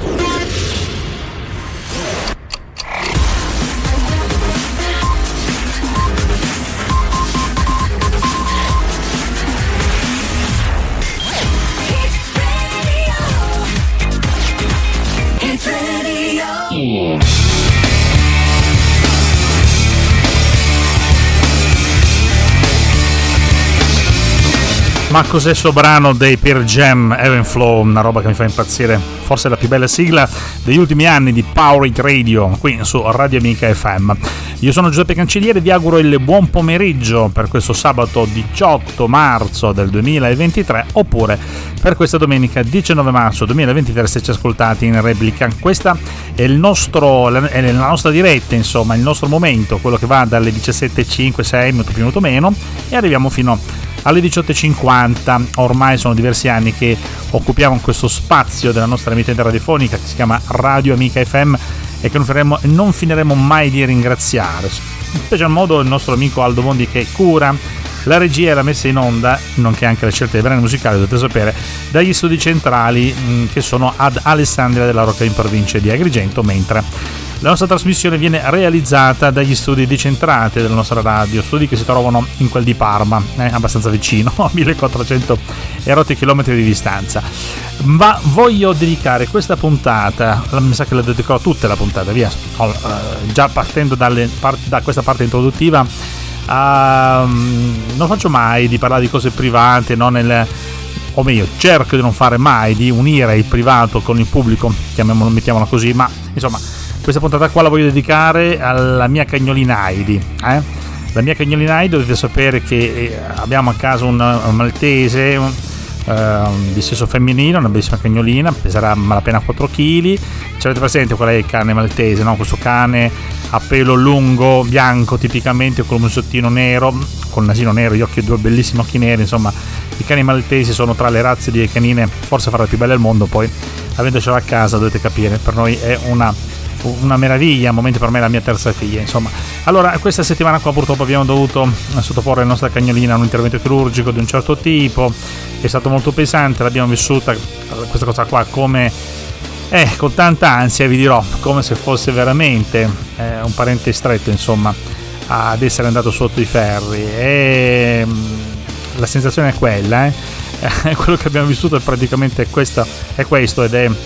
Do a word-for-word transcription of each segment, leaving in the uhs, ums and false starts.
Ma cos'è sto brano dei Pearl Jam, Ebb and Flow, una roba che mi fa impazzire, forse la più bella sigla degli ultimi anni di Power Hit Radio, qui su Radio Amica F M. Io sono Giuseppe Cancelliere, vi auguro il buon pomeriggio per questo sabato diciotto marzo del duemilaventitré, oppure per questa domenica diciannove marzo duemilaventitré se ci ascoltate in replica. Questa è il nostro, è la nostra diretta, insomma, il nostro momento, quello che va dalle diciassette e cinque, sei minuti più minuto meno, e arriviamo fino alle diciotto e cinquanta. Ormai sono diversi anni che occupiamo questo spazio della nostra emittente radiofonica che si chiama Radio Amica F M e che non finiremo, non finiremo mai di ringraziare, in special modo il nostro amico Aldo Mondi che cura la regia e la messa in onda, nonché anche la scelta dei brani musicali, dovete sapere, dagli studi centrali mh, che sono ad Alessandria della Rocca in provincia di Agrigento, mentre la nostra trasmissione viene realizzata dagli studi decentrati della nostra radio, studi che si trovano in quel di Parma, eh, abbastanza vicino, a millequattrocento e rotti chilometri di distanza. Ma voglio dedicare questa puntata, mi sa che la dedicherò tutta la puntata, via, oh, eh, già partendo dalle, da questa parte introduttiva, uh, non faccio mai di parlare di cose private, no, nel... o meglio, cerco di non fare mai, di unire il privato con il pubblico, chiamiamolo, mettiamola così, ma insomma questa puntata qua la voglio dedicare alla mia cagnolina Heidi, eh? La mia cagnolina Heidi, dovete sapere che abbiamo a casa un, un maltese un, uh, di sesso femminile, una bellissima cagnolina, peserà malapena quattro chili. Ci avete presente qual è il cane maltese, no? Questo cane a pelo lungo, bianco tipicamente, con un mussottino nero, con il nasino nero, gli occhi, due bellissimi occhi neri, insomma i cani maltesi sono tra le razze di canine forse fra le più belle al mondo. Poi avendocela a casa dovete capire, per noi è una una meraviglia, a momenti per me è la mia terza figlia, insomma. Allora, questa settimana qua purtroppo abbiamo dovuto sottoporre la nostra cagnolina a un intervento chirurgico di un certo tipo, è stato molto pesante, l'abbiamo vissuta questa cosa qua come eh, con tanta ansia, vi dirò, come se fosse veramente eh, un parente stretto, insomma, ad essere andato sotto i ferri, e la sensazione è quella, eh? Quello che abbiamo vissuto è praticamente questo, è questo ed è,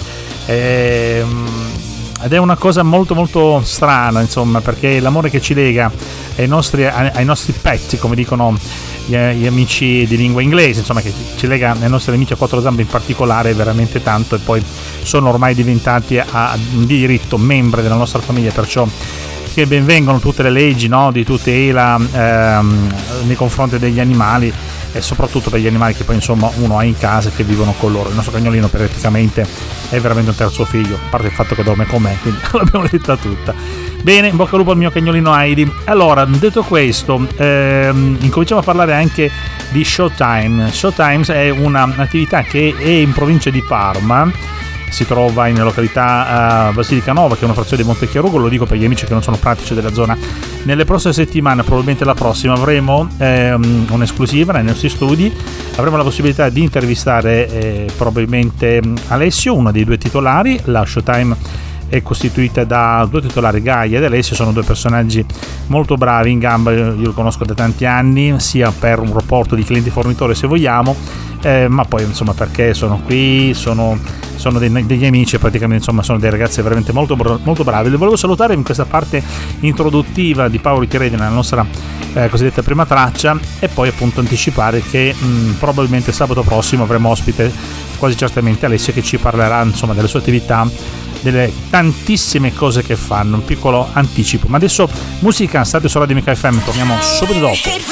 è ed è una cosa molto molto strana, insomma, perché l'amore che ci lega ai nostri, ai nostri pet, come dicono gli, gli amici di lingua inglese, insomma, che ci lega ai nostri amici a quattro zampe in particolare, è veramente tanto, e poi sono ormai diventati a, a diritto membri della nostra famiglia, perciò che benvengono tutte le leggi, no, di tutela ehm, nei confronti degli animali, e soprattutto per gli animali che poi insomma uno ha in casa e che vivono con loro. Il nostro cagnolino praticamente è veramente un terzo figlio, a parte il fatto che dorme con me, quindi l'abbiamo detta tutta. Bene, in bocca al lupo al mio cagnolino Heidi. Allora, detto questo, ehm, incominciamo a parlare anche di Showtime. Showtime è un'attività che è in provincia di Parma, si trova in località uh, Basilica Nova, che è una frazione di Montechiarugo. Lo dico per gli amici che non sono pratici della zona. Nelle prossime settimane, probabilmente la prossima, avremo ehm, un'esclusiva nei nostri studi, avremo la possibilità di intervistare eh, probabilmente Alessio, uno dei due titolari. La Showtime è costituita da due titolari, Gaia ed Alessio, sono due personaggi molto bravi in gamba, io lo conosco da tanti anni, sia per un rapporto di cliente-fornitore se vogliamo, eh, ma poi insomma perché sono qui, sono, sono dei, degli amici, praticamente insomma sono dei ragazzi veramente molto, molto bravi. Li volevo salutare in questa parte introduttiva di Power Hit Radio, nella nostra eh, cosiddetta prima traccia, e poi appunto anticipare che mh, probabilmente sabato prossimo avremo ospite quasi certamente Alessio, che ci parlerà insomma delle sue attività, delle tantissime cose che fanno, un piccolo anticipo. Ma adesso musica, state su Radio Amica F M, torniamo subito dopo.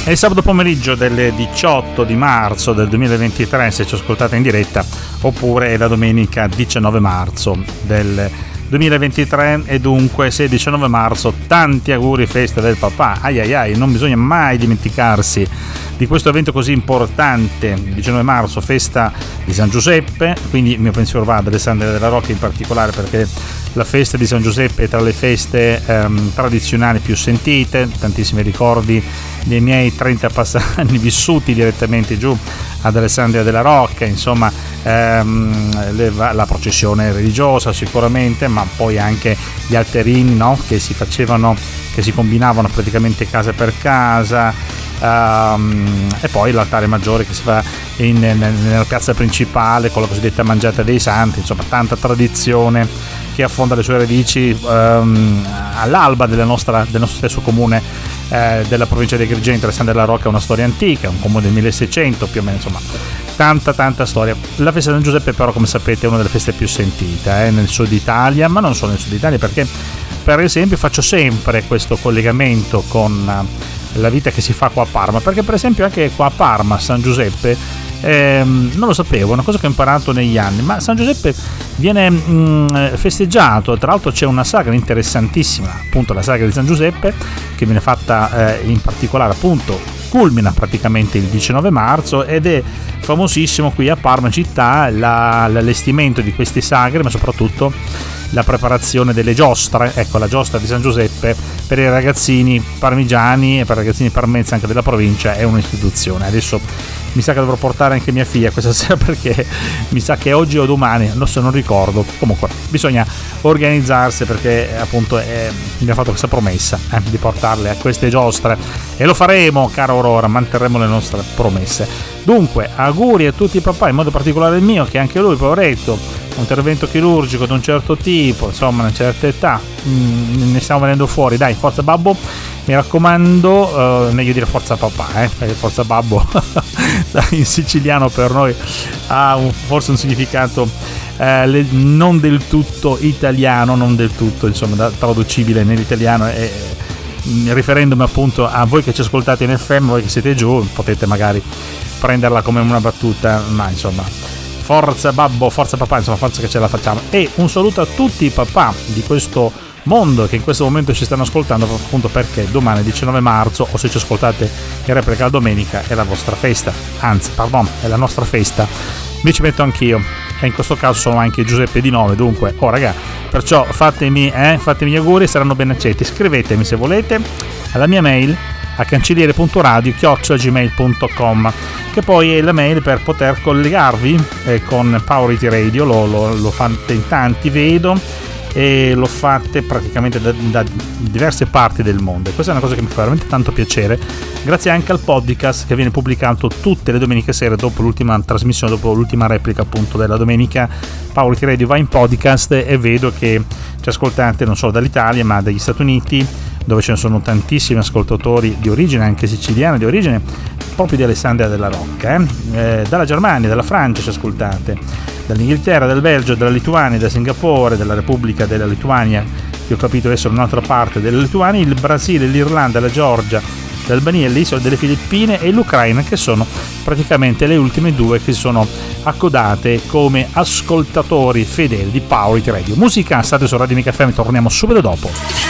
È il sabato pomeriggio del diciotto di marzo del duemilaventitré se ci ascoltate in diretta, oppure è la domenica diciannove marzo del duemilaventitré e dunque se diciannove marzo tanti auguri festa del papà. Ai ai ai, non bisogna mai dimenticarsi di questo evento così importante. Il diciannove marzo festa di San Giuseppe, quindi il mio pensiero va ad Alessandria della Rocca in particolare, perché la festa di San Giuseppe è tra le feste ehm, tradizionali più sentite. Tantissimi ricordi dei miei trenta anni vissuti direttamente giù ad Alessandria della Rocca, insomma ehm, le, la processione religiosa sicuramente, ma poi anche gli alterini, no? che si facevano, che si combinavano praticamente casa per casa. Um, e poi l'altare maggiore che si fa in, in, nella piazza principale con la cosiddetta mangiata dei santi, insomma tanta tradizione che affonda le sue radici um, all'alba della nostra, del nostro stesso comune eh, della provincia di Agrigento. Alessandria della Rocca è una storia antica, un comune del milleseicento più o meno, insomma tanta tanta storia. La festa di San Giuseppe però, come sapete, è una delle feste più sentite eh, nel sud Italia, ma non solo nel sud Italia, perché per esempio faccio sempre questo collegamento con la vita che si fa qua a Parma, perché per esempio anche qua a Parma San Giuseppe ehm, non lo sapevo, è una cosa che ho imparato negli anni, ma San Giuseppe viene mh, festeggiato, tra l'altro c'è una sagra interessantissima, appunto la sagra di San Giuseppe, che viene fatta eh, in particolare appunto culmina praticamente il diciannove marzo ed è famosissimo qui a Parma città la, l'allestimento di queste sagre, ma soprattutto la preparazione delle giostre. Ecco, la giostra di San Giuseppe per i ragazzini parmigiani e per i ragazzini parmensi anche della provincia è un'istituzione. Adesso mi sa che dovrò portare anche mia figlia questa sera, perché mi sa che oggi o domani, non so, non ricordo, comunque bisogna organizzarsi, perché appunto è, mi ha fatto questa promessa eh, di portarle a queste giostre e lo faremo, cara Aurora, manterremo le nostre promesse. Dunque auguri a tutti i papà, in modo particolare il mio, che anche lui, poveretto, un intervento chirurgico di un certo tipo, insomma una certa età, mm, ne stiamo venendo fuori, dai, forza babbo, mi raccomando, eh, meglio dire forza papà, eh, perché forza babbo in siciliano per noi ha un, forse un significato eh, le, non del tutto italiano, non del tutto insomma da, traducibile nell'italiano, e riferendomi appunto a voi che ci ascoltate in F M, voi che siete giù, potete magari prenderla come una battuta, ma insomma forza babbo, forza papà, insomma forza che ce la facciamo. E un saluto a tutti i papà di questo mondo che in questo momento ci stanno ascoltando, appunto perché domani diciannove marzo, o se ci ascoltate in replica la domenica, è la vostra festa, anzi pardon, è la nostra festa, mi ci metto anch'io, e in questo caso sono anche Giuseppe di nove, dunque oh raga, perciò fatemi, eh, fatemi gli auguri, saranno ben accetti. Scrivetemi se volete alla mia mail a cancelliere punto radio chiocciola gmail punto com, che poi è la mail per poter collegarvi eh, con Power Radio. Lo, lo, lo fate in tanti, vedo, e lo fate praticamente da, da diverse parti del mondo, e questa è una cosa che mi fa veramente tanto piacere, grazie anche al podcast che viene pubblicato tutte le domeniche sere dopo l'ultima trasmissione, dopo l'ultima replica appunto della domenica. Power Radio va in podcast e vedo che ci ascoltate non solo dall'Italia ma dagli Stati Uniti, dove ce ne sono tantissimi ascoltatori di origine, anche siciliana di origine, proprio di Alessandria della Rocca, eh? Eh, dalla Germania, dalla Francia ci ascoltate, dall'Inghilterra, dal Belgio, dalla Lituania, da Singapore, dalla Repubblica della Lituania, che ho capito essere un'altra parte della Lituania, il Brasile, l'Irlanda, la Georgia, l'Albania, le isole delle Filippine e l'Ucraina, che sono praticamente le ultime due che sono accodate come ascoltatori fedeli di Power Radio. Musica, state su Radio Amica F M, torniamo subito dopo.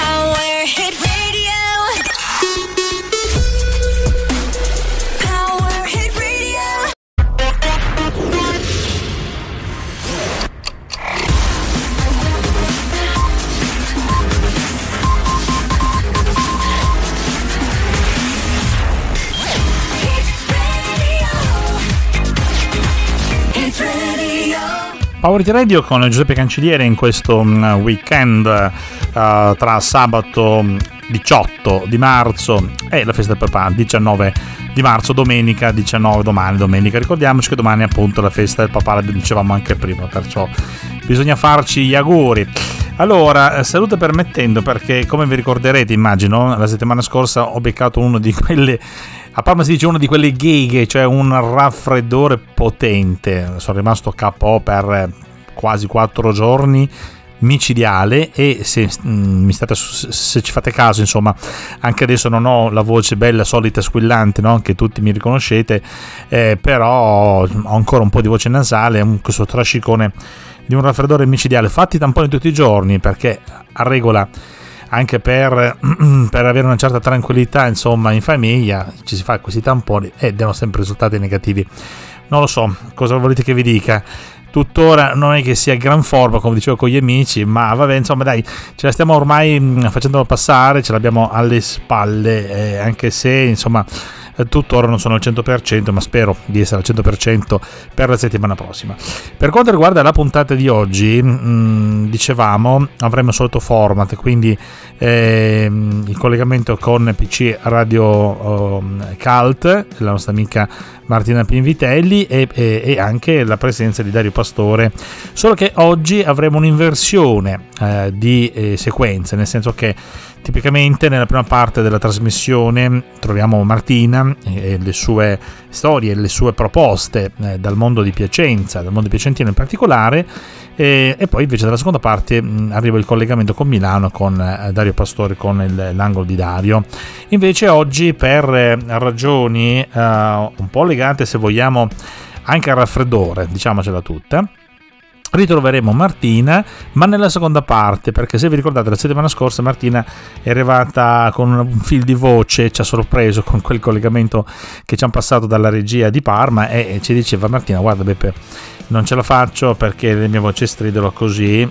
Power Radio con Giuseppe Cancelliere in questo weekend uh, tra sabato diciotto di marzo e la festa del papà diciannove di marzo, domenica diciannove, domani domenica. Ricordiamoci che domani è appunto la festa del papà, la dicevamo anche prima, perciò bisogna farci gli auguri. Allora, salute permettendo, perché come vi ricorderete, immagino, la settimana scorsa ho beccato uno di quelle, a Parma si dice una di quelle gheghe, cioè un raffreddore potente. Sono rimasto K O per quasi quattro giorni, micidiale, e se mh, mi state, se ci fate caso, insomma, anche adesso non ho la voce bella, solita, squillante, no? Che tutti mi riconoscete, eh, però ho ancora un po' di voce nasale, un, questo trascicone di un raffreddore micidiale. Fatti i tamponi tutti i giorni, perché a regola, anche per, per avere una certa tranquillità, insomma, in famiglia ci si fa questi tamponi e danno sempre risultati negativi. Non lo so cosa volete che vi dica. Tuttora non è che sia gran forma, come dicevo con gli amici, ma vabbè, insomma, dai, ce la stiamo ormai facendo passare, ce l'abbiamo alle spalle, eh, anche se, insomma, tuttora non sono al cento per cento, ma spero di essere al cento per cento per la settimana prossima. Per quanto riguarda la puntata di oggi, mh, dicevamo, avremo il solito format, quindi eh, il collegamento con P C Radio oh, Cult, la nostra amica Martina Pinvitelli, e, e, e anche la presenza di Dario Pastore, solo che oggi avremo un'inversione eh, di eh, sequenze, nel senso che tipicamente nella prima parte della trasmissione troviamo Martina e le sue storie, le sue proposte eh, dal mondo di Piacenza, dal mondo piacentino in particolare, e, e poi invece dalla seconda parte mh, arriva il collegamento con Milano, con eh, Dario Pastore, con il, l'angolo di Dario. Invece oggi, per eh, ragioni eh, un po' legate, se vogliamo, anche al raffreddore, diciamocela tutta, ritroveremo Martina, ma nella seconda parte, perché se vi ricordate la settimana scorsa Martina è arrivata con un fil di voce, ci ha sorpreso con quel collegamento che ci hanno passato dalla regia di Parma, e ci diceva: Martina, guarda Beppe, non ce la faccio perché le mie voci stridono così,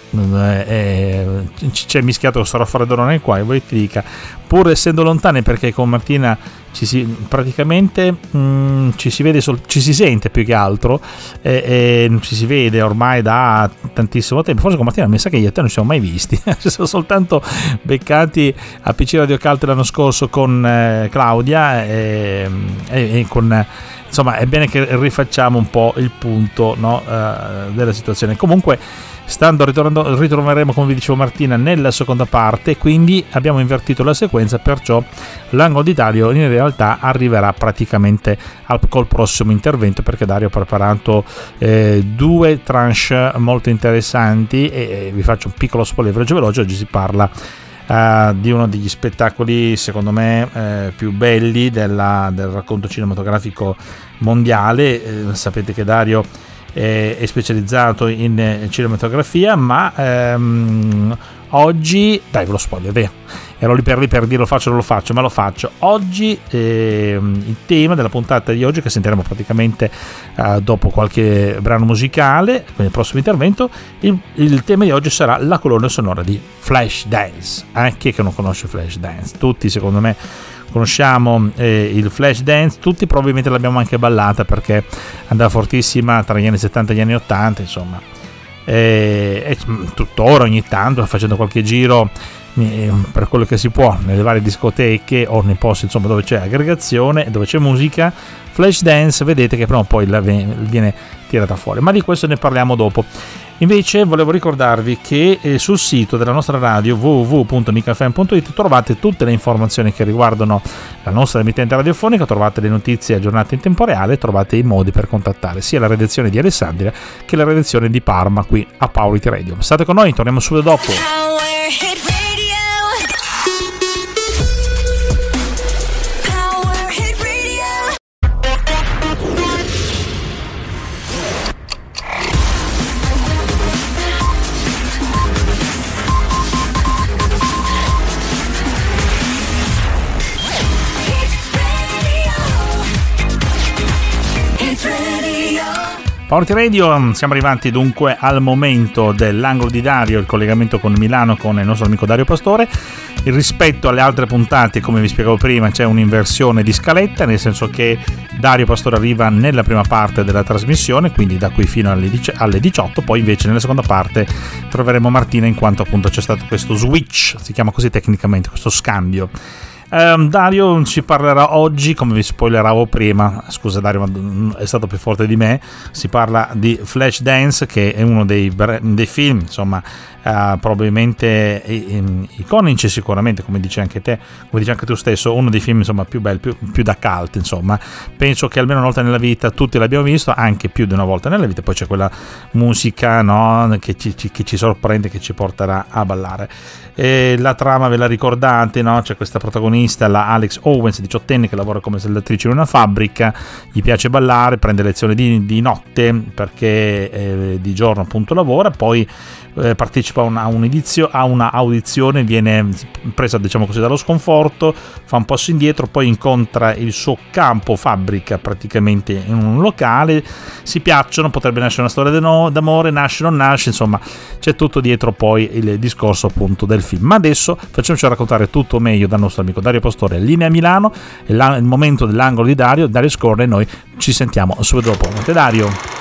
eh, c'è mischiato questo raffreddore qua, e voi ti dica, pur essendo lontane, perché con Martina ci si praticamente mh, ci si vede sol- ci si sente più che altro, e, e ci si vede ormai da tantissimo tempo. Forse con Martina mi sa che io e te non ci siamo mai visti, ci siamo soltanto beccati a P C Radio Cult l'anno scorso con eh, Claudia, e, e, e con insomma è bene che rifacciamo un po' il punto, no, uh, della situazione. Comunque, stando ritornando, ritroveremo, come vi dicevo, Martina nella seconda parte, quindi abbiamo invertito la sequenza, perciò l'angolo di Dario in realtà arriverà praticamente al, col prossimo intervento, perché Dario ha preparato eh, due tranche molto interessanti, e, e vi faccio un piccolo spoiler veloce veloce. Oggi si parla Uh, di uno degli spettacoli secondo me eh, più belli della, del racconto cinematografico mondiale. Eh, sapete che Dario è, è specializzato in eh, cinematografia, ma ehm, oggi, dai, ve lo spoiler, vero? Ero lì per lì per dire lo faccio, non lo faccio, ma lo faccio. Oggi eh, il tema della puntata di oggi, che sentiremo praticamente eh, dopo qualche brano musicale, quindi il prossimo intervento, il, il tema di oggi sarà la colonna sonora di Flashdance. Eh? Chi è che non conosce Flashdance? Tutti, secondo me, conosciamo eh, il Flashdance, tutti probabilmente l'abbiamo anche ballata, perché andava fortissima tra gli anni settanta e gli anni ottanta, insomma. E, e tuttora ogni tanto, facendo qualche giro per quello che si può nelle varie discoteche o nei posti, insomma, dove c'è aggregazione, dove c'è musica, Flashdance, vedete che prima o poi la viene tirata fuori, ma di questo ne parliamo dopo. Invece volevo ricordarvi che eh, sul sito della nostra radio w w w punto amica f m punto it trovate tutte le informazioni che riguardano la nostra emittente radiofonica, trovate le notizie aggiornate in tempo reale, trovate i modi per contattare sia la redazione di Alessandria che la redazione di Parma qui a Power Hit Radio. State con noi, torniamo subito dopo. Power Hit Radio, siamo arrivati dunque al momento dell'angolo di Dario, il collegamento con Milano con il nostro amico Dario Pastore. Il rispetto alle altre puntate, come vi spiegavo prima, c'è un'inversione di scaletta, nel senso che Dario Pastore arriva nella prima parte della trasmissione, quindi da qui fino alle diciotto, poi invece nella seconda parte troveremo Martina, in quanto appunto c'è stato questo switch, si chiama così tecnicamente, questo scambio Um, Dario ci parlerà oggi, come vi spoileravo prima, scusa Dario ma è stato più forte di me, si parla di Flashdance, che è uno dei, dei film, insomma, Uh, probabilmente eh, iconici sicuramente, come dici anche te, come dici anche tu stesso, uno dei film insomma più belli, più, più da cult, insomma. Penso che almeno una volta nella vita tutti l'abbiamo visto, anche più di una volta nella vita. Poi c'è quella musica, no, che ci, ci, che ci sorprende, che ci porterà a ballare. E la trama ve la ricordate, no? C'è questa protagonista, la Alex Owens, diciottenne, che lavora come saldatrice in una fabbrica, gli piace ballare, prende lezioni di, di notte perché eh, di giorno appunto lavora, poi eh, partecipa a una, un edizio, a una audizione, viene presa diciamo così dallo sconforto, fa un passo indietro, poi incontra il suo campo fabbrica praticamente in un locale, si piacciono, potrebbe nascere una storia d'amore, nasce o non nasce, insomma c'è tutto dietro poi il discorso appunto del film. Ma adesso facciamoci raccontare tutto meglio dal nostro amico Dario Pastore, Linea Milano, è il momento dell'angolo di Dario, Dario scorre e noi ci sentiamo subito dopo. Monte Dario.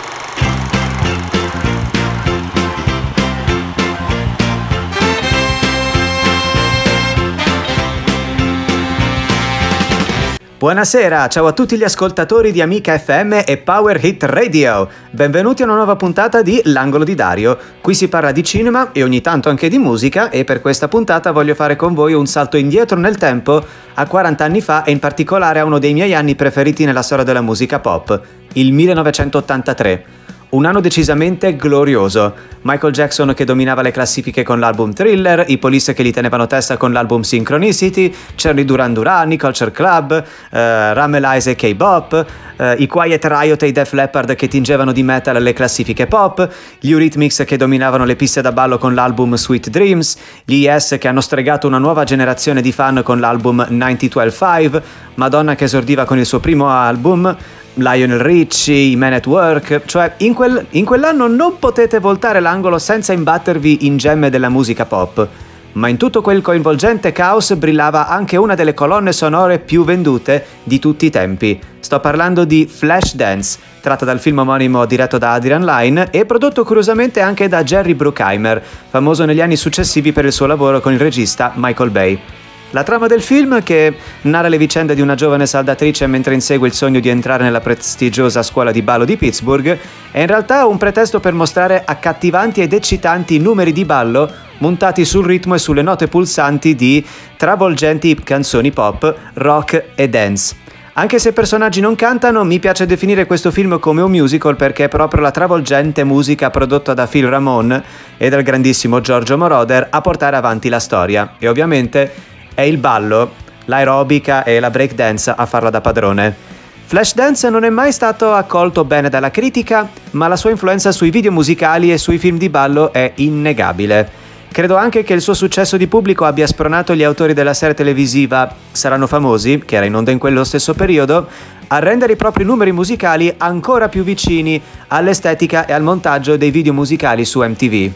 Buonasera, ciao a tutti gli ascoltatori di Amica F M e Power Hit Radio. Benvenuti a una nuova puntata di L'Angolo di Dario. Qui si parla di cinema e ogni tanto anche di musica, e per questa puntata voglio fare con voi un salto indietro nel tempo a quaranta anni fa, e in particolare a uno dei miei anni preferiti nella storia della musica pop, il millenovecentottantatré. Un anno decisamente glorioso. Michael Jackson che dominava le classifiche con l'album Thriller, i Police che gli tenevano testa con l'album Synchronicity, Charlie Duran Duran, i Culture Club, eh, Rammelize e K-Bop, eh, i Quiet Riot e i Def Leppard che tingevano di metal le classifiche pop, gli Eurythmics che dominavano le piste da ballo con l'album Sweet Dreams, gli E S che hanno stregato una nuova generazione di fan con l'album nove zero uno due cinque, Madonna che esordiva con il suo primo album, Lionel Richie, i Men at Work, cioè in, quel, in quell'anno non potete voltare l'angolo senza imbattervi in gemme della musica pop. Ma in tutto quel coinvolgente caos brillava anche una delle colonne sonore più vendute di tutti i tempi. Sto parlando di Flashdance, tratta dal film omonimo diretto da Adrian Lyne e prodotto curiosamente anche da Jerry Bruckheimer, famoso negli anni successivi per il suo lavoro con il regista Michael Bay. La trama del film, che narra le vicende di una giovane saldatrice mentre insegue il sogno di entrare nella prestigiosa scuola di ballo di Pittsburgh, è in realtà un pretesto per mostrare accattivanti ed eccitanti numeri di ballo montati sul ritmo e sulle note pulsanti di travolgenti canzoni pop, rock e dance. Anche se i personaggi non cantano, mi piace definire questo film come un musical perché è proprio la travolgente musica prodotta da Phil Ramone e dal grandissimo Giorgio Moroder a portare avanti la storia. E ovviamente è il ballo, l'aerobica e la breakdance a farla da padrone. Flashdance non è mai stato accolto bene dalla critica, ma la sua influenza sui video musicali e sui film di ballo è innegabile. Credo anche che il suo successo di pubblico abbia spronato gli autori della serie televisiva Saranno Famosi, che era in onda in quello stesso periodo, a rendere i propri numeri musicali ancora più vicini all'estetica e al montaggio dei video musicali su M T V.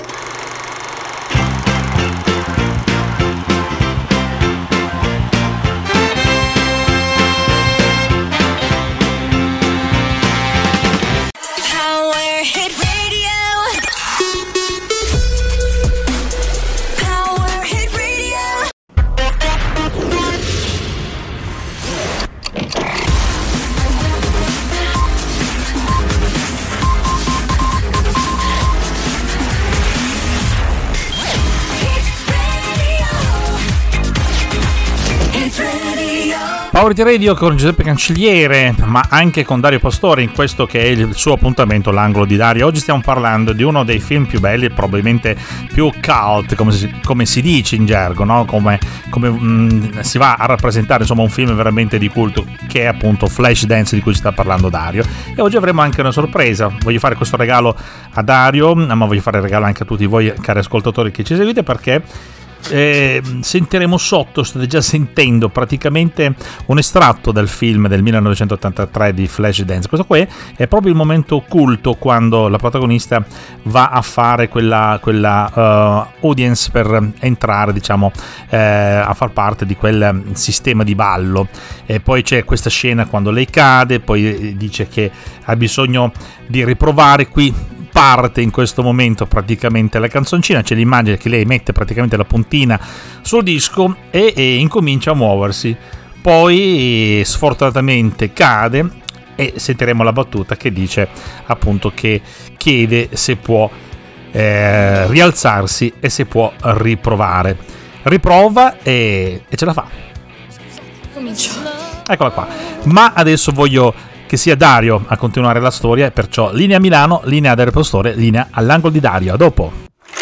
Power Radio con Giuseppe Cancelliere, ma anche con Dario Pastore in questo che è il suo appuntamento, l'angolo di Dario. Oggi stiamo parlando di uno dei film più belli e probabilmente più cult, come si, come si dice in gergo, no? Come, come mh, si va a rappresentare insomma un film veramente di culto, che è appunto Flashdance, di cui ci sta parlando Dario. E oggi avremo anche una sorpresa. Voglio fare questo regalo a Dario, ma voglio fare il regalo anche a tutti voi cari ascoltatori che ci seguite, perché Eh, sentiremo sotto, state già sentendo praticamente un estratto del film del millenovecentottantatré di Flashdance. Questo qui è proprio il momento culto, quando la protagonista va a fare quella, quella uh, audience per entrare, diciamo, eh, a far parte di quel sistema di ballo. E poi c'è questa scena quando lei cade, poi dice che ha bisogno di riprovare. Qui parte in questo momento praticamente la canzoncina, c'è l'immagine che lei mette praticamente la puntina sul disco e, e incomincia a muoversi, poi sfortunatamente cade e sentiremo la battuta che dice appunto che chiede se può eh, rialzarsi e se può riprovare. Riprova e, e ce la fa. Comincio. Eccola qua. Ma adesso voglio che sia Dario a continuare la storia e perciò linea Milano, linea Dario Pastore, linea all'angolo di Dario. A dopo.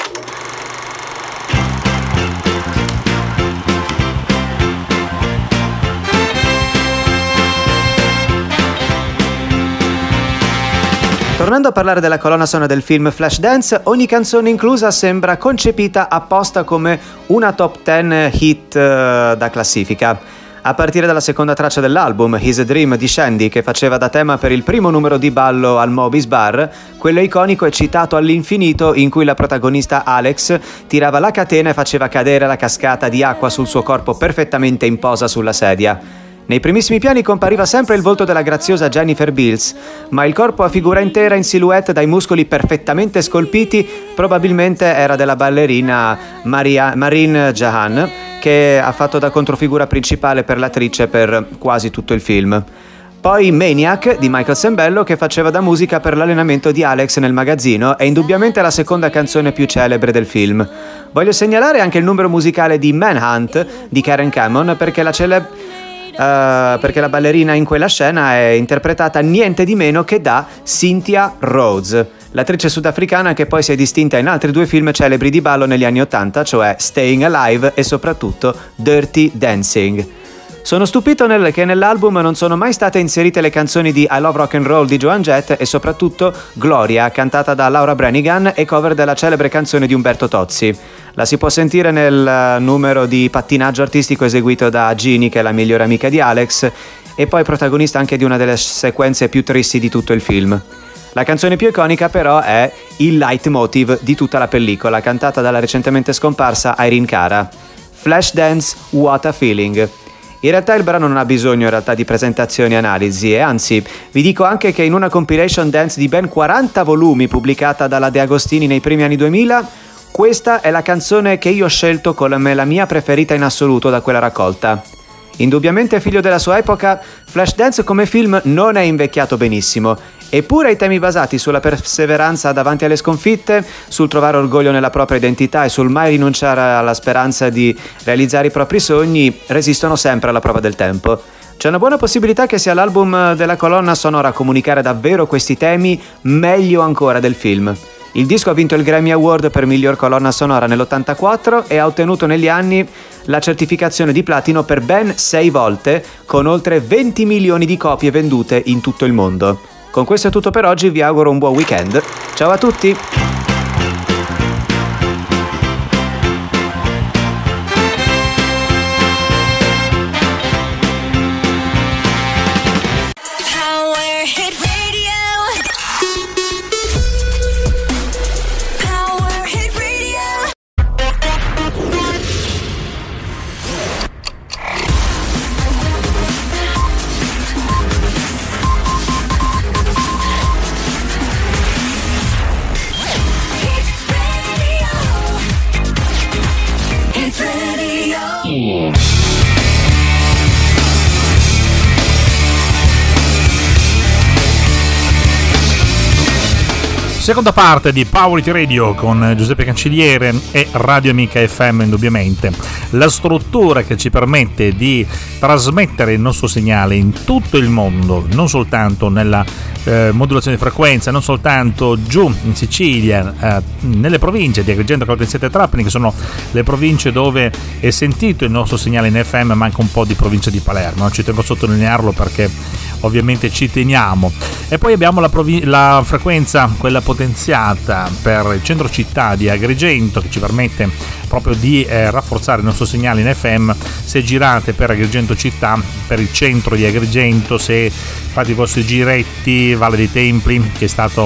Tornando a parlare della colonna sonora del film Flashdance, ogni canzone inclusa sembra concepita apposta come una top dieci hit uh, da classifica. A partire dalla seconda traccia dell'album, His a Dream di Shandy, che faceva da tema per il primo numero di ballo al Moby's Bar, quello iconico e citato all'infinito in cui la protagonista Alex tirava la catena e faceva cadere la cascata di acqua sul suo corpo perfettamente in posa sulla sedia. Nei primissimi piani compariva sempre il volto della graziosa Jennifer Beals, ma il corpo a figura intera in silhouette dai muscoli perfettamente scolpiti probabilmente era della ballerina Maria, Marine Jahan, che ha fatto da controfigura principale per l'attrice per quasi tutto il film. Poi Maniac di Michael Sembello, che faceva da musica per l'allenamento di Alex nel magazzino, è indubbiamente la seconda canzone più celebre del film. Voglio segnalare anche il numero musicale di Manhunt di Karen Cameron, perché la celebre Uh, perché la ballerina in quella scena è interpretata niente di meno che da Cynthia Rhodes, l'attrice sudafricana che poi si è distinta in altri due film celebri di ballo negli anni ottanta, cioè Staying Alive e soprattutto Dirty Dancing. Sono stupito nel, che nell'album non sono mai state inserite le canzoni di I Love Rock and Roll di Joan Jett e soprattutto Gloria, cantata da Laura Branigan e cover della celebre canzone di Umberto Tozzi. La si può sentire nel numero di pattinaggio artistico eseguito da Ginny, che è la migliore amica di Alex, e poi protagonista anche di una delle sequenze più tristi di tutto il film. La canzone più iconica però è il leitmotiv di tutta la pellicola, cantata dalla recentemente scomparsa Irene Cara. Flashdance, What a Feeling. In realtà il brano non ha bisogno in realtà di presentazioni e analisi, e anzi vi dico anche che in una compilation dance di ben quaranta volumi pubblicata dalla De Agostini nei primi anni duemila, questa è la canzone che io ho scelto come la mia preferita in assoluto da quella raccolta. Indubbiamente figlio della sua epoca, Flashdance come film non è invecchiato benissimo, eppure i temi basati sulla perseveranza davanti alle sconfitte, sul trovare orgoglio nella propria identità e sul mai rinunciare alla speranza di realizzare i propri sogni resistono sempre alla prova del tempo. C'è una buona possibilità che sia l'album della colonna sonora a comunicare davvero questi temi meglio ancora del film. Il disco ha vinto il Grammy Award per miglior colonna sonora nell'ottantaquattro e ha ottenuto negli anni la certificazione di platino per ben sei volte, con oltre venti milioni di copie vendute in tutto il mondo. Con questo è tutto per oggi, vi auguro un buon weekend. Ciao a tutti! Seconda parte di Power It Radio con Giuseppe Cancelliere e Radio Amica F M, indubbiamente la struttura che ci permette di trasmettere il nostro segnale in tutto il mondo, non soltanto nella eh, modulazione di frequenza, non soltanto giù in Sicilia, eh, nelle province di Agrigento, Caltanissetta e Trapani, che sono le province dove è sentito il nostro segnale in F M, ma anche un po' di provincia di Palermo. Ci tengo a sottolinearlo perché ovviamente ci teniamo. E poi abbiamo la, provi- la frequenza, quella potenziata per il centro città di Agrigento, che ci permette proprio di eh, rafforzare il nostro segnale in F M. Se girate per Agrigento città, per il centro di Agrigento, se fate i vostri giretti, Valle dei Templi, che è stato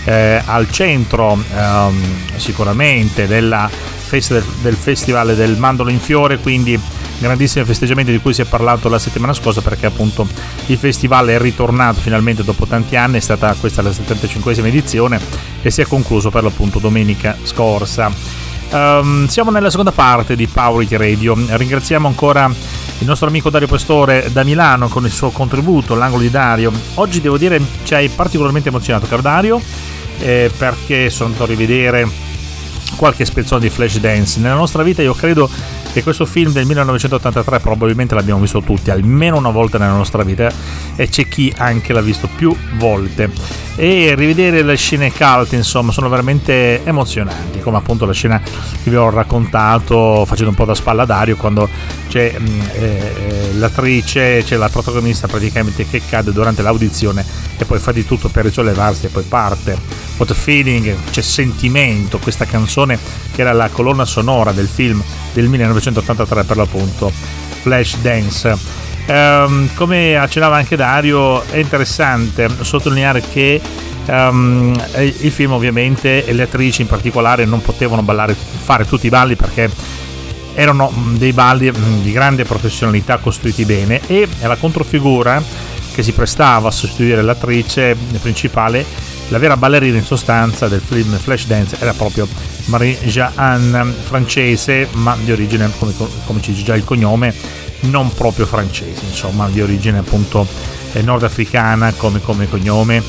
eh, al centro ehm, sicuramente della festa del, del festival del Mandorlo in Fiore, quindi grandissimi festeggiamenti di cui si è parlato la settimana scorsa, perché appunto il festival è ritornato finalmente dopo tanti anni, è stata questa la settantacinquesima edizione e si è concluso per l'appunto domenica scorsa. Um, siamo nella seconda parte di Power Hit Radio. Ringraziamo ancora il nostro amico Dario Pastore da Milano con il suo contributo, l'angolo di Dario. Oggi devo dire ci hai particolarmente emozionato, caro Dario, eh, perché sono andato a rivedere qualche spezzone di Flashdance. Nella nostra vita io credo che questo film del millenovecentottantatré probabilmente l'abbiamo visto tutti almeno una volta nella nostra vita, e c'è chi anche l'ha visto più volte, e rivedere le scene cult insomma sono veramente emozionanti, come appunto la scena che vi ho raccontato facendo un po' da spalla a Dario, quando c'è eh, l'attrice, c'è la protagonista praticamente che cade durante l'audizione e poi fa di tutto per risollevarsi e poi parte. What a Feeling, c'è sentimento, questa canzone che era la colonna sonora del film del millenovecentottantatré, per l'appunto Flashdance. Um, come accennava anche Dario, è interessante sottolineare che um, il film ovviamente e le attrici in particolare non potevano ballare, fare tutti i balli, perché erano dei balli di grande professionalità costruiti bene, e la controfigura che si prestava a sostituire l'attrice principale, la vera ballerina in sostanza del film Flashdance, era proprio Marie-Jeanne, francese ma di origine, come, come ci dice già il cognome, non proprio francese, insomma di origine appunto eh, nordafricana come, come cognome.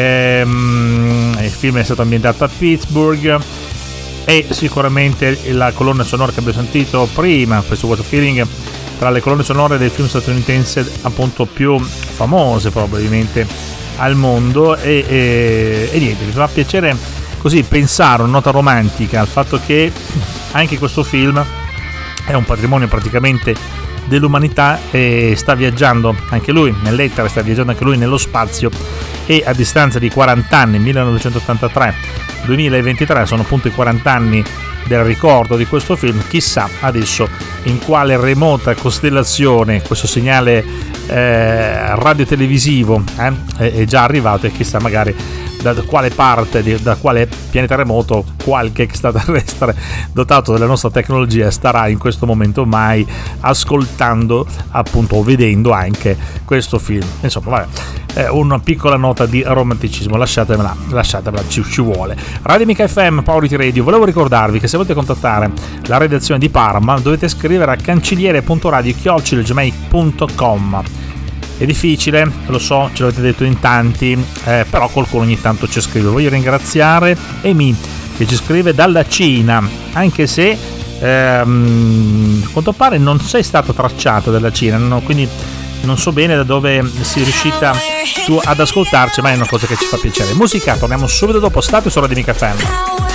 Ehm, il film è stato ambientato a Pittsburgh e sicuramente la colonna sonora che abbiamo sentito prima, questo What a Feeling, tra le colonne sonore del film statunitense appunto più famose probabilmente al mondo, e, e, e niente, mi fa piacere così pensare una nota romantica al fatto che anche questo film è un patrimonio praticamente dell'umanità e sta viaggiando anche lui nell'etere, sta viaggiando anche lui nello spazio, e a distanza di quaranta anni, millenovecentottantatré duemilaventitré, sono appunto i quaranta anni del ricordo di questo film. Chissà adesso in quale remota costellazione questo segnale eh, radiotelevisivo eh, è, è già arrivato, e chissà magari da quale parte, di, da quale pianeta remoto qualche extraterrestre dotato della nostra tecnologia starà in questo momento mai ascoltando appunto o vedendo anche questo film. Insomma, vabbè, eh, una piccola nota di romanticismo, lasciatemela, lasciatemela, ci, ci vuole. Radio Amica F M, Power Hit Radio. Volevo ricordarvi che se volete contattare la redazione di Parma dovete scrivere a cancelliere punto radio chiocciola gmail punto com. È difficile, lo so, ce l'avete detto in tanti, eh, però qualcuno ogni tanto ci scrive. Voglio ringraziare Emi che ci scrive dalla Cina, anche se ehm, a quanto pare non sei stata tracciata dalla Cina, no? Quindi non so bene da dove sei riuscita tu ad ascoltarci, ma è una cosa che ci fa piacere. Musica, torniamo subito dopo. State su Radio Amica F M.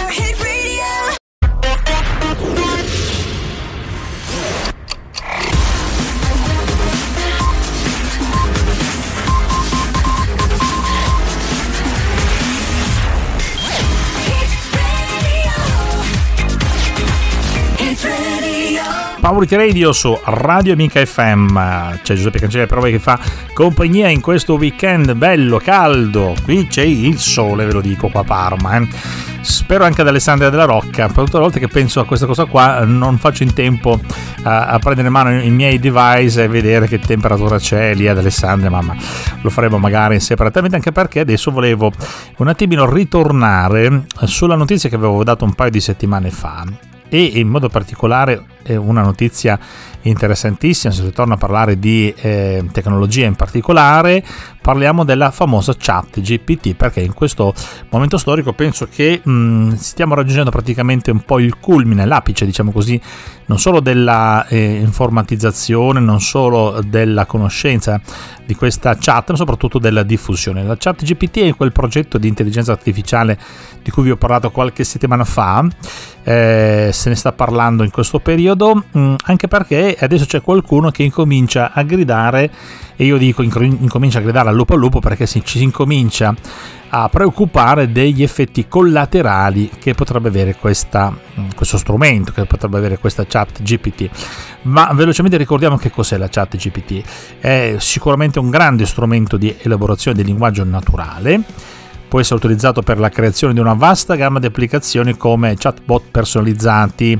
Power Hit Radio su Radio Amica F M. C'è Giuseppe Cancelliere per voi che fa compagnia in questo weekend bello, caldo. Qui c'è il sole, ve lo dico, qua a Parma, eh. Spero anche ad Alessandria della Rocca. Per tutte le volte che penso a questa cosa qua non faccio in tempo a, a prendere in mano i miei device e vedere che temperatura c'è lì ad Alessandria, mamma. Lo faremo magari separatamente, anche perché adesso volevo un attimino ritornare sulla notizia che avevo dato un paio di settimane fa, e in modo particolare è una notizia interessantissima. Se si torna a parlare di eh, tecnologia in particolare, parliamo della famosa chat G P T, perché in questo momento storico penso che mh, stiamo raggiungendo praticamente un po' il culmine, l'apice, diciamo così, non solo della eh, informatizzazione, non solo della conoscenza di questa chat, ma soprattutto della diffusione. La chat G P T è quel progetto di intelligenza artificiale di cui vi ho parlato qualche settimana fa, eh, se ne sta parlando in questo periodo, mh, anche perché adesso c'è qualcuno che incomincia a gridare, e io dico incomincia a gridare al lupo al lupo perché si, ci si incomincia a preoccupare degli effetti collaterali che potrebbe avere questa, questo strumento, che potrebbe avere questa chat G P T. Ma velocemente ricordiamo che cos'è la chat G P T. È sicuramente un grande strumento di elaborazione del linguaggio naturale, può essere utilizzato per la creazione di una vasta gamma di applicazioni come chatbot personalizzati.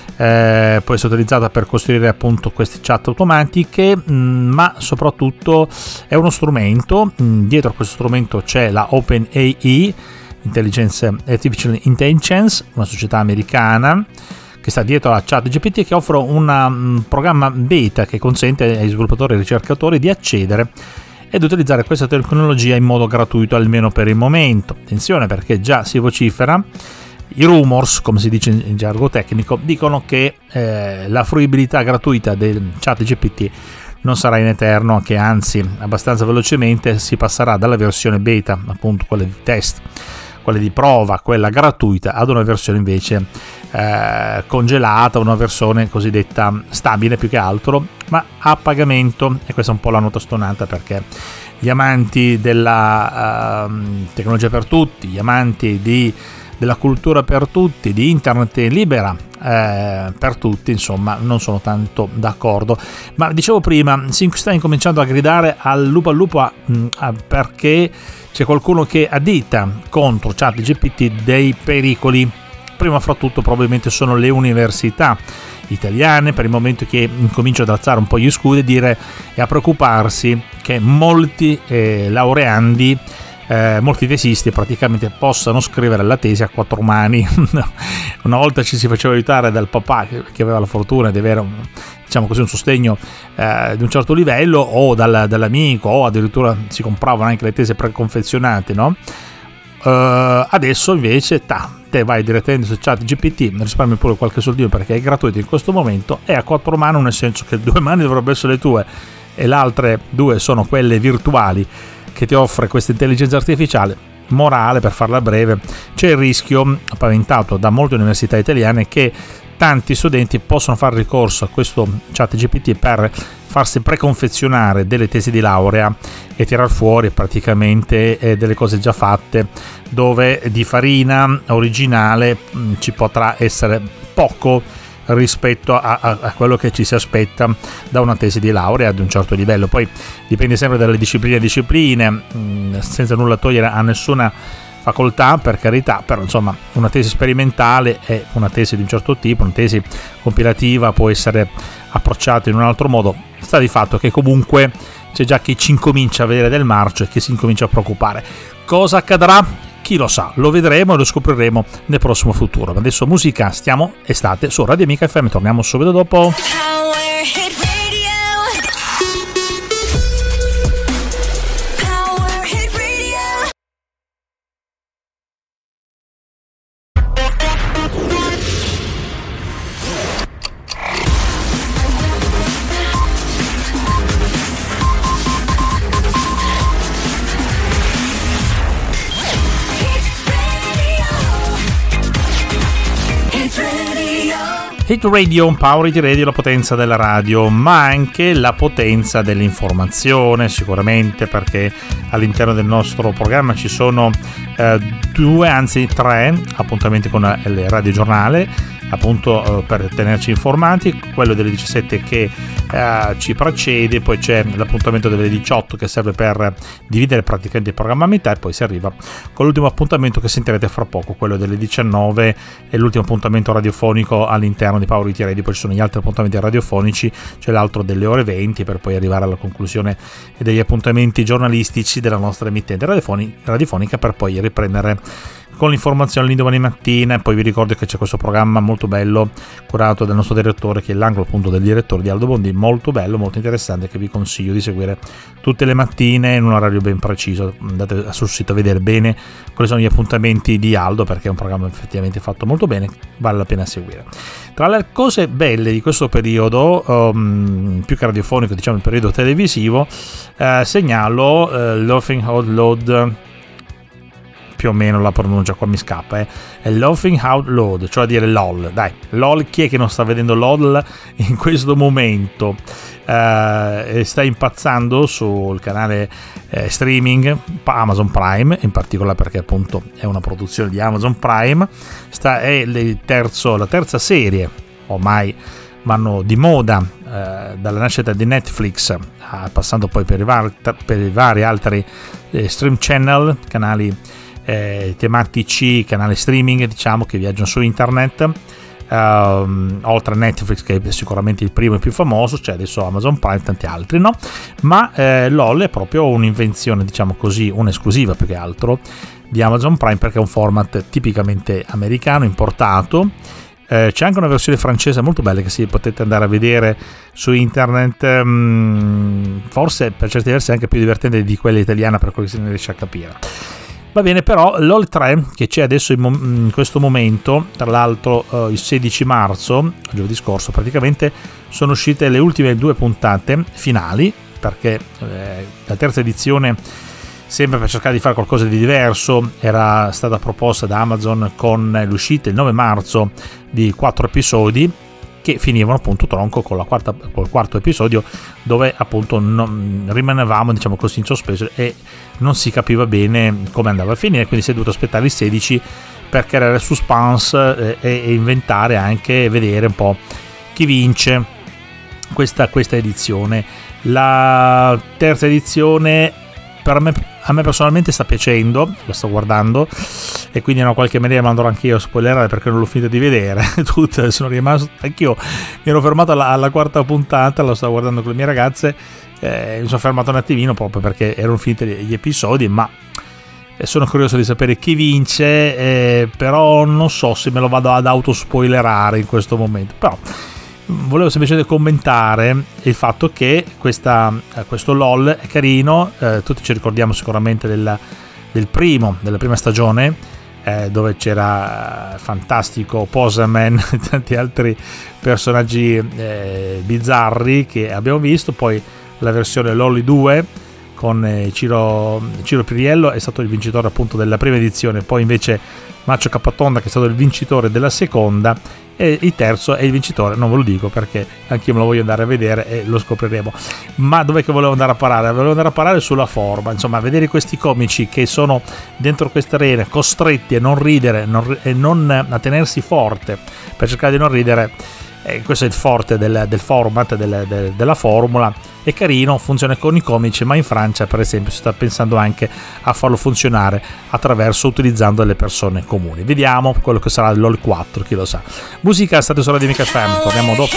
Eh, può essere utilizzata per costruire appunto queste chat automatiche, mh, ma soprattutto è uno strumento. Mh, dietro a questo strumento c'è la OpenAI, Intelligence Artificial Intelligence, una società americana che sta dietro a ChatGPT, che offre una, un programma beta che consente ai sviluppatori e ricercatori di accedere ed utilizzare questa tecnologia in modo gratuito, almeno per il momento. Attenzione, perché già si vocifera, i rumors, come si dice in gergo tecnico, dicono che eh, la fruibilità gratuita del ChatGPT non sarà in eterno, che anzi abbastanza velocemente si passerà dalla versione beta, appunto quella di test, quella di prova, quella gratuita, ad una versione invece eh, congelata, una versione cosiddetta stabile più che altro, ma a pagamento. E questa è un po' la nota stonata, perché gli amanti della uh, tecnologia per tutti, gli amanti di della cultura per tutti, di internet libera eh, per tutti, insomma, non sono tanto d'accordo. Ma dicevo prima, si sta incominciando a gridare al lupo al lupo a, a, perché c'è qualcuno che addita contro ChatGPT dei pericoli. Prima fra tutto probabilmente sono le università italiane, per il momento, che incominciano ad alzare un po' gli scudi e dire e a preoccuparsi che molti eh, laureandi Eh, molti tesisti praticamente possano scrivere la tesi a quattro mani. Una volta ci si faceva aiutare dal papà che, che aveva la fortuna di avere un, diciamo così, un sostegno eh, di un certo livello, o dal, dall'amico, o addirittura si compravano anche le tesi preconfezionate, no? Uh, adesso invece ta, te vai direttamente su ChatGPT, risparmi pure qualche soldino perché è gratuito in questo momento, è a quattro mani, nel senso che due mani dovrebbero essere le tue e le altre due sono quelle virtuali che ti offre questa intelligenza artificiale. Morale, per farla breve, c'è il rischio paventato da molte università italiane che tanti studenti possono fare ricorso a questo ChatGPT per farsi preconfezionare delle tesi di laurea e tirar fuori praticamente eh, delle cose già fatte, dove di farina originale mh, ci potrà essere poco rispetto a, a, a quello che ci si aspetta da una tesi di laurea ad un certo livello. Poi dipende sempre dalle discipline a discipline, mh, senza nulla togliere a nessuna facoltà, per carità, però insomma una tesi sperimentale è una tesi di un certo tipo, una tesi compilativa può essere approcciata in un altro modo. Sta di fatto che comunque c'è già chi ci incomincia a vedere del marcio e che si incomincia a preoccupare. Cosa accadrà? Chi lo sa, lo vedremo e lo scopriremo nel prossimo futuro. Ma adesso musica, stiamo estate su Radio Amica F M, torniamo subito dopo. Hit Radio, Power Hit Radio, la potenza della radio, ma anche la potenza dell'informazione, sicuramente, perché all'interno del nostro programma ci sono eh, due, anzi tre appuntamenti con il Radio Giornale, appunto eh, per tenerci informati, quello delle diciassette che eh, ci precede, poi c'è l'appuntamento delle diciotto che serve per dividere praticamente il programma a metà, e poi si arriva con l'ultimo appuntamento che sentirete fra poco, quello delle diciannove, e l'ultimo appuntamento radiofonico all'interno di Power Hit Radio. Poi ci sono gli altri appuntamenti radiofonici, c'è l'altro delle ore venti, per poi arrivare alla conclusione degli appuntamenti giornalistici della nostra emittente radiofonica, per poi riprendere con l'informazione l'indomani mattina. E poi vi ricordo che c'è questo programma molto bello curato dal nostro direttore, che è l'angolo appunto del direttore di Aldo Bondi, molto bello, molto interessante, che vi consiglio di seguire tutte le mattine in un orario ben preciso. Andate sul sito a vedere bene quali sono gli appuntamenti di Aldo, perché è un programma effettivamente fatto molto bene, vale la pena seguire. Tra le cose belle di questo periodo, um, più che radiofonico, diciamo il periodo televisivo, eh, segnalo eh, Laughing Out Loud, più o meno la pronuncia qua mi scappa, eh. è Laughing Out Loud, cioè a dire LOL. Dai, LOL, chi è che non sta vedendo LOL in questo momento? Eh, sta impazzando sul canale eh, streaming Amazon Prime, in particolare perché appunto è una produzione di Amazon Prime. Sta, è il terzo, la terza serie, ormai vanno di moda eh, dalla nascita di Netflix, eh, passando poi per i, var- per i vari altri eh, stream channel, canali eh, tematici canali streaming, diciamo, che viaggiano su internet. Uh, oltre a Netflix, che è sicuramente il primo e più famoso, c'è adesso Amazon Prime e tanti altri, no? Ma eh, LOL è proprio un'invenzione, diciamo così, un'esclusiva più che altro di Amazon Prime, perché è un format tipicamente americano, importato. Eh, c'è anche una versione francese molto bella che si potete andare a vedere su internet, um, forse per certi versi anche più divertente di quella italiana, per quello che si riesce a capire. Va bene, però LOL tre, che c'è adesso in, mom- in questo momento, tra l'altro uh, il sedici marzo, giovedì scorso praticamente, sono uscite le ultime due puntate finali, perché eh, la terza edizione, sempre per cercare di fare qualcosa di diverso, era stata proposta da Amazon con l'uscita il nove marzo di quattro episodi, che finivano appunto tronco con la quarta, col quarto episodio, dove appunto non, rimanevamo, diciamo così, in sospeso e non si capiva bene come andava a finire, quindi si è dovuto aspettare il sedici per creare suspense e, e inventare, anche vedere un po' chi vince questa, questa edizione. La terza edizione per me, a me personalmente sta piacendo, la sto guardando e quindi in una qualche maniera mandrò anche io a spoilerare, perché non l'ho finito di vedere tutte, sono rimasto anch'io, mi ero fermato alla, alla quarta puntata, lo stavo guardando con le mie ragazze, eh, mi sono fermato un attimino proprio perché erano finiti gli episodi, ma sono curioso di sapere chi vince, eh, però non so se me lo vado ad autospoilerare in questo momento. Però volevo semplicemente commentare il fatto che questa, questo LOL è carino, eh, tutti ci ricordiamo sicuramente della, del primo, della prima stagione, eh, dove c'era fantastico Poseman e tanti altri personaggi eh, bizzarri che abbiamo visto. Poi la versione LOL due con eh, Ciro, Ciro Piriello è stato il vincitore appunto della prima edizione, poi invece Maccio Capatonda che è stato il vincitore della seconda, e il terzo è il vincitore, non ve lo dico perché anch'io me lo voglio andare a vedere e lo scopriremo. Ma dov'è che volevo andare a parare? Volevo andare a parare sulla forma, insomma, vedere questi comici che sono dentro queste arene costretti a non ridere non, e non a tenersi forte per cercare di non ridere. Eh, questo è il forte del, del format, del, del, della formula. È carino, funziona con i comici, ma in Francia per esempio si sta pensando anche a farlo funzionare attraverso utilizzando le persone comuni. Vediamo quello che sarà LOL quattro, chi lo sa. Musica, state su Radio Amica F M, torniamo dopo.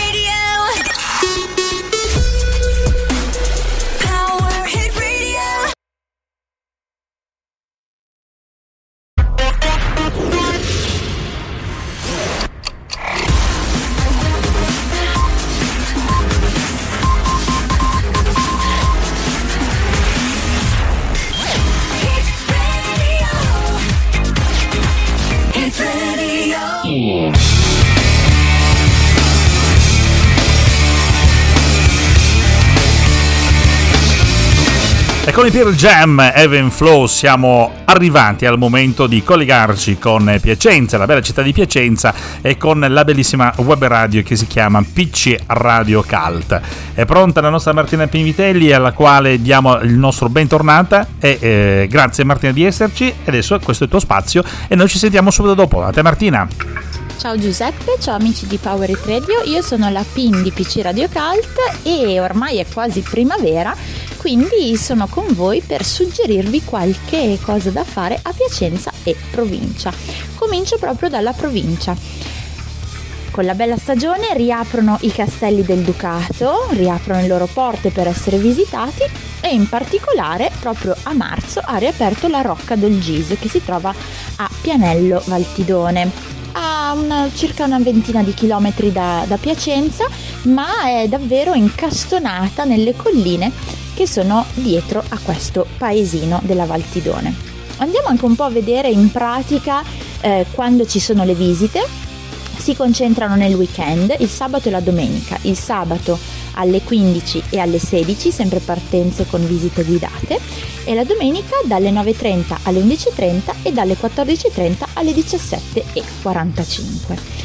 E con i Pearl Jam, Heaven Flow, siamo arrivati al momento di collegarci con Piacenza, la bella città di Piacenza, e con la bellissima web radio che si chiama P C Radio Cult. È pronta la nostra Martina Pinvitelli, alla quale diamo il nostro bentornata, e eh, grazie Martina di esserci. E adesso questo è il tuo spazio e noi ci sentiamo subito dopo. A te Martina. Ciao Giuseppe, ciao amici di Power It Radio, io sono la Pin di P C Radio Cult e ormai è quasi primavera, quindi sono con voi per suggerirvi qualche cosa da fare a Piacenza e provincia. Comincio proprio dalla provincia. Con la bella stagione riaprono i castelli del Ducato, riaprono le loro porte per essere visitati, e in particolare proprio a marzo ha riaperto la Rocca del Gis, che si trova a Pianello Valtidone, a una, circa una ventina di chilometri da, da Piacenza, ma è davvero incastonata nelle colline che sono dietro a questo paesino della Valtidone. Andiamo anche un po' a vedere in pratica eh, quando ci sono le visite. Si concentrano nel weekend, il sabato e la domenica. Il sabato alle quindici e alle sedici, sempre partenze con visite guidate, e la domenica dalle nove e trenta alle undici e trenta e dalle quattordici e trenta alle diciassette e quarantacinque.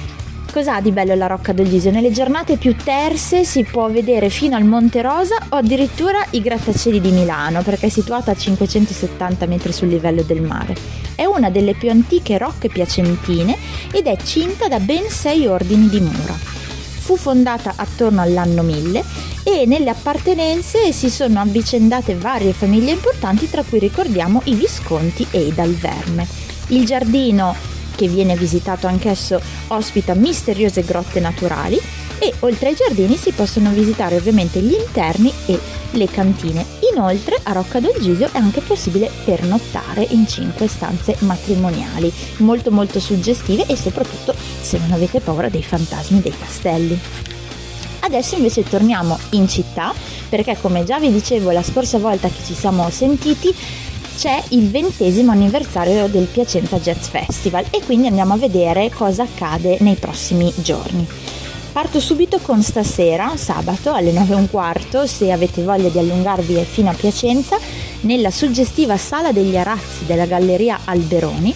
Cos'ha di bello la Rocca del Gisio? Nelle giornate più terse si può vedere fino al Monte Rosa o addirittura i grattacieli di Milano, perché è situata a cinquecentosettanta metri sul livello del mare. È una delle più antiche rocche piacentine ed è cinta da ben sei ordini di mura. fu fondata attorno all'anno mille e nelle appartenenze si sono avvicendate varie famiglie importanti, tra cui ricordiamo i Visconti e i Dal Verme. Il giardino, che viene visitato anch'esso, ospita misteriose grotte naturali e oltre ai giardini si possono visitare ovviamente gli interni e le cantine. Inoltre a Rocca d'Olgisio è anche possibile pernottare in cinque stanze matrimoniali, molto molto suggestive, e soprattutto se non avete paura dei fantasmi dei castelli. Adesso invece torniamo in città, perché come già vi dicevo la scorsa volta che ci siamo sentiti c'è il ventesimo anniversario del Piacenza Jazz Festival e quindi andiamo a vedere cosa accade nei prossimi giorni. Parto subito con stasera, sabato alle nove e un quarto, se avete voglia di allungarvi fino a Piacenza, nella suggestiva Sala degli Arazzi della Galleria Alberoni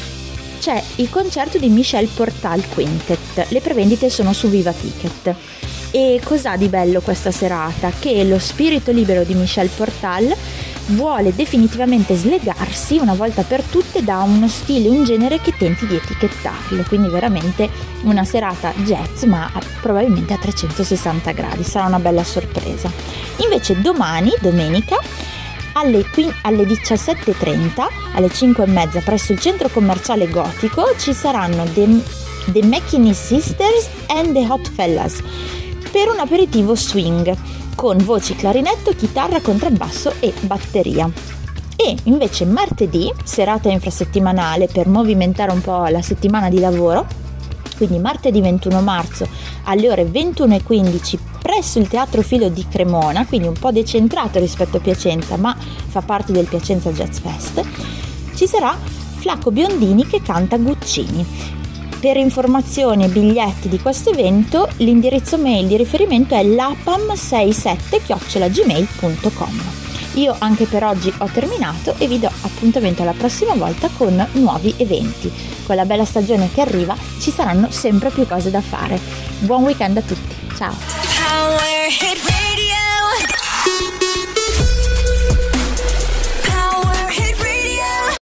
c'è il concerto di Michel Portal Quintet. Le prevendite sono su Viva Ticket. E cos'ha di bello questa serata? Che lo spirito libero di Michel Portal vuole definitivamente slegarsi una volta per tutte da uno stile, un genere che tenti di etichettarlo, quindi veramente una serata jazz ma probabilmente a trecentosessanta gradi, sarà una bella sorpresa. Invece domani, domenica, alle, alle diciassette e trenta, alle cinque e mezza presso il centro commerciale gotico ci saranno The, The McKinney Sisters and The Hot Fellas per un aperitivo swing con voci, clarinetto, chitarra, contrabbasso e batteria. E invece martedì, serata infrasettimanale per movimentare un po' la settimana di lavoro, quindi martedì ventuno marzo alle ore ventuno e quindici presso il Teatro Filo di Cremona, quindi un po' decentrato rispetto a Piacenza ma fa parte del Piacenza Jazz Fest, ci sarà Flacco Biondini che canta Guccini. Per informazioni e biglietti di questo evento l'indirizzo mail di riferimento è lapam sessantasette chiocciola gmail punto com. Io anche per oggi ho terminato e vi do appuntamento alla prossima volta con nuovi eventi. Con la bella stagione che arriva ci saranno sempre più cose da fare. Buon weekend a tutti, ciao! Power Hit Radio. Power Hit Radio.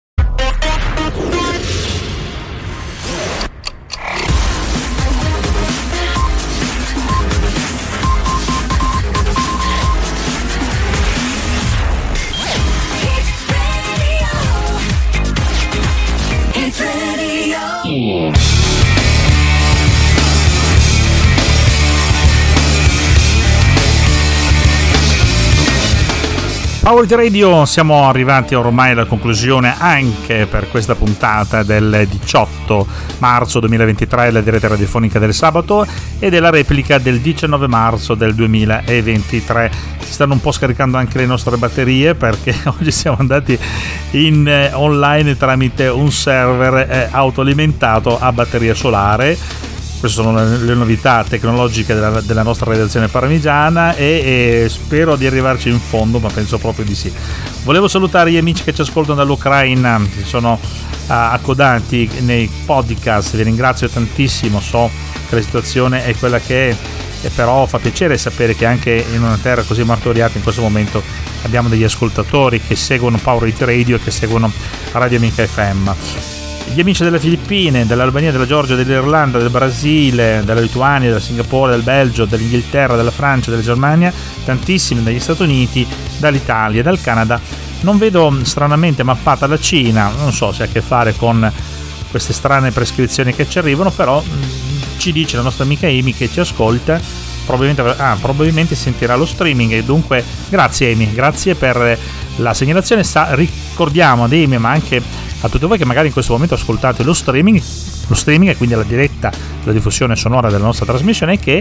Power Hit Radio, siamo arrivati ormai alla conclusione anche per questa puntata del diciotto marzo duemilaventitré, la diretta radiofonica del sabato, e della replica del diciannove marzo del duemilaventitré. Si stanno un po' scaricando anche le nostre batterie perché oggi siamo andati in eh, online tramite un server eh, autoalimentato a batteria solare. Queste sono le, le novità tecnologiche della, della nostra redazione parmigiana e, e spero di arrivarci in fondo, ma penso proprio di sì. Volevo salutare gli amici che ci ascoltano dall'Ucraina, che sono uh, accodati nei podcast, vi ringrazio tantissimo, so che la situazione è quella che è, e però fa piacere sapere che anche in una terra così martoriata in questo momento abbiamo degli ascoltatori che seguono Power Hit Radio e che seguono Radio Amica F M. Gli amici delle Filippine, dell'Albania, della Georgia, dell'Irlanda, del Brasile, della Lituania, della Singapore, del Belgio, dell'Inghilterra, della Francia, della Germania, tantissimi dagli Stati Uniti, dall'Italia, dal Canada. Non vedo stranamente mappata la Cina, non so se ha a che fare con queste strane prescrizioni che ci arrivano, però mh, ci dice la nostra amica Amy che ci ascolta, probabilmente, ah, probabilmente sentirà lo streaming, e dunque grazie Amy, grazie per la segnalazione. Sa, ricordiamo ad Amy ma anche a tutti voi che magari in questo momento ascoltate lo streaming, lo streaming e quindi la diretta, la diffusione sonora della nostra trasmissione, che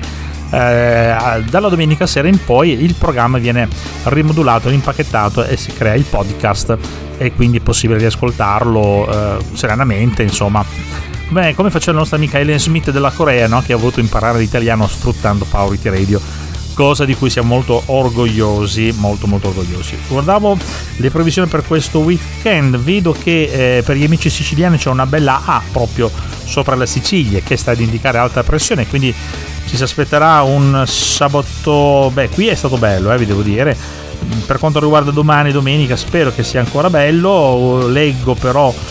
eh, dalla domenica sera in poi il programma viene rimodulato, rimpacchettato e si crea il podcast, e quindi è possibile riascoltarlo eh, serenamente, insomma. Beh, come faceva la nostra amica Ellen Smith della Corea, no? Che ha voluto imparare l'italiano sfruttando Power Hit Radio, cosa di cui siamo molto orgogliosi, molto molto orgogliosi. Guardavo le previsioni per questo weekend, vedo che eh, per gli amici siciliani c'è una bella A proprio sopra la Sicilia che sta ad indicare alta pressione, quindi ci si aspetterà un sabato, beh qui è stato bello, eh, vi devo dire. Per quanto riguarda domani e domenica spero che sia ancora bello. Leggo però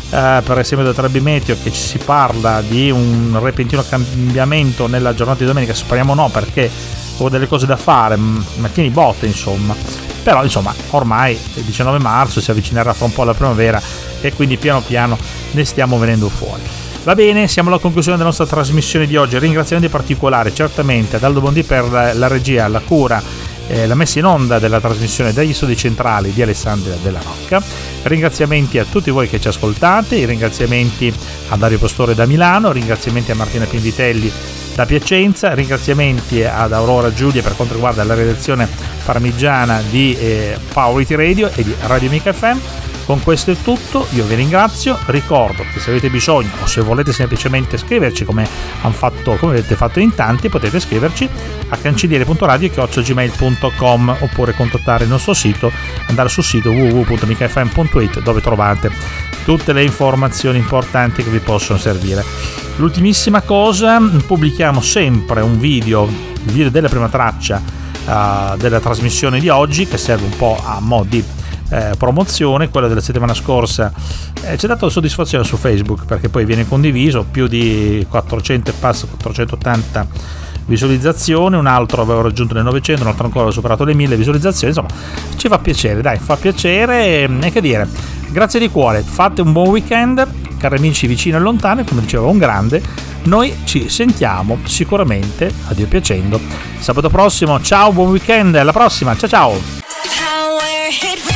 eh, per esempio da Trebi Meteo, che ci si parla di un repentino cambiamento nella giornata di domenica. Speriamo no, perché ho delle cose da fare, ma tieni botte insomma. Però insomma ormai è il diciannove marzo, si avvicinerà fra un po' la primavera e quindi piano piano ne stiamo venendo fuori. Va bene, siamo alla conclusione della nostra trasmissione di oggi. Ringraziamenti particolari certamente ad Aldo Bondi per la regia, la cura, eh, la messa in onda della trasmissione dagli studi centrali di Alessandria della Rocca. Ringraziamenti a tutti voi che ci ascoltate, i ringraziamenti a Dario Pastore da Milano, ringraziamenti a Martina Pinvitelli da Piacenza, ringraziamenti ad Aurora Giulia per quanto riguarda la redazione parmigiana di eh, Power It Radio e di Radio Amica F M. Con questo è tutto, io vi ringrazio, ricordo che se avete bisogno o se volete semplicemente scriverci come, han fatto, come avete fatto in tanti, potete scriverci a cancelliere punto radio chiocciola gmail punto com oppure contattare il nostro sito, andare sul sito w w w punto amica f m punto it dove trovate tutte le informazioni importanti che vi possono servire. L'ultimissima cosa, pubblichiamo sempre un video, il video della prima traccia uh, della trasmissione di oggi, che serve un po' a mo' di eh, promozione. Quella della settimana scorsa eh, ci ha dato soddisfazione su Facebook, perché poi viene condiviso, più di quattrocento e passa, quattrocentottanta visualizzazioni, un altro aveva raggiunto le novecento, un altro ancora aveva superato le mille visualizzazioni. Insomma, ci fa piacere, dai, fa piacere, e che dire, grazie di cuore, fate un buon weekend, cari amici vicini e lontani, come diceva un grande. Noi ci sentiamo sicuramente, a Dio piacendo, sabato prossimo. Ciao, buon weekend, alla prossima, ciao ciao.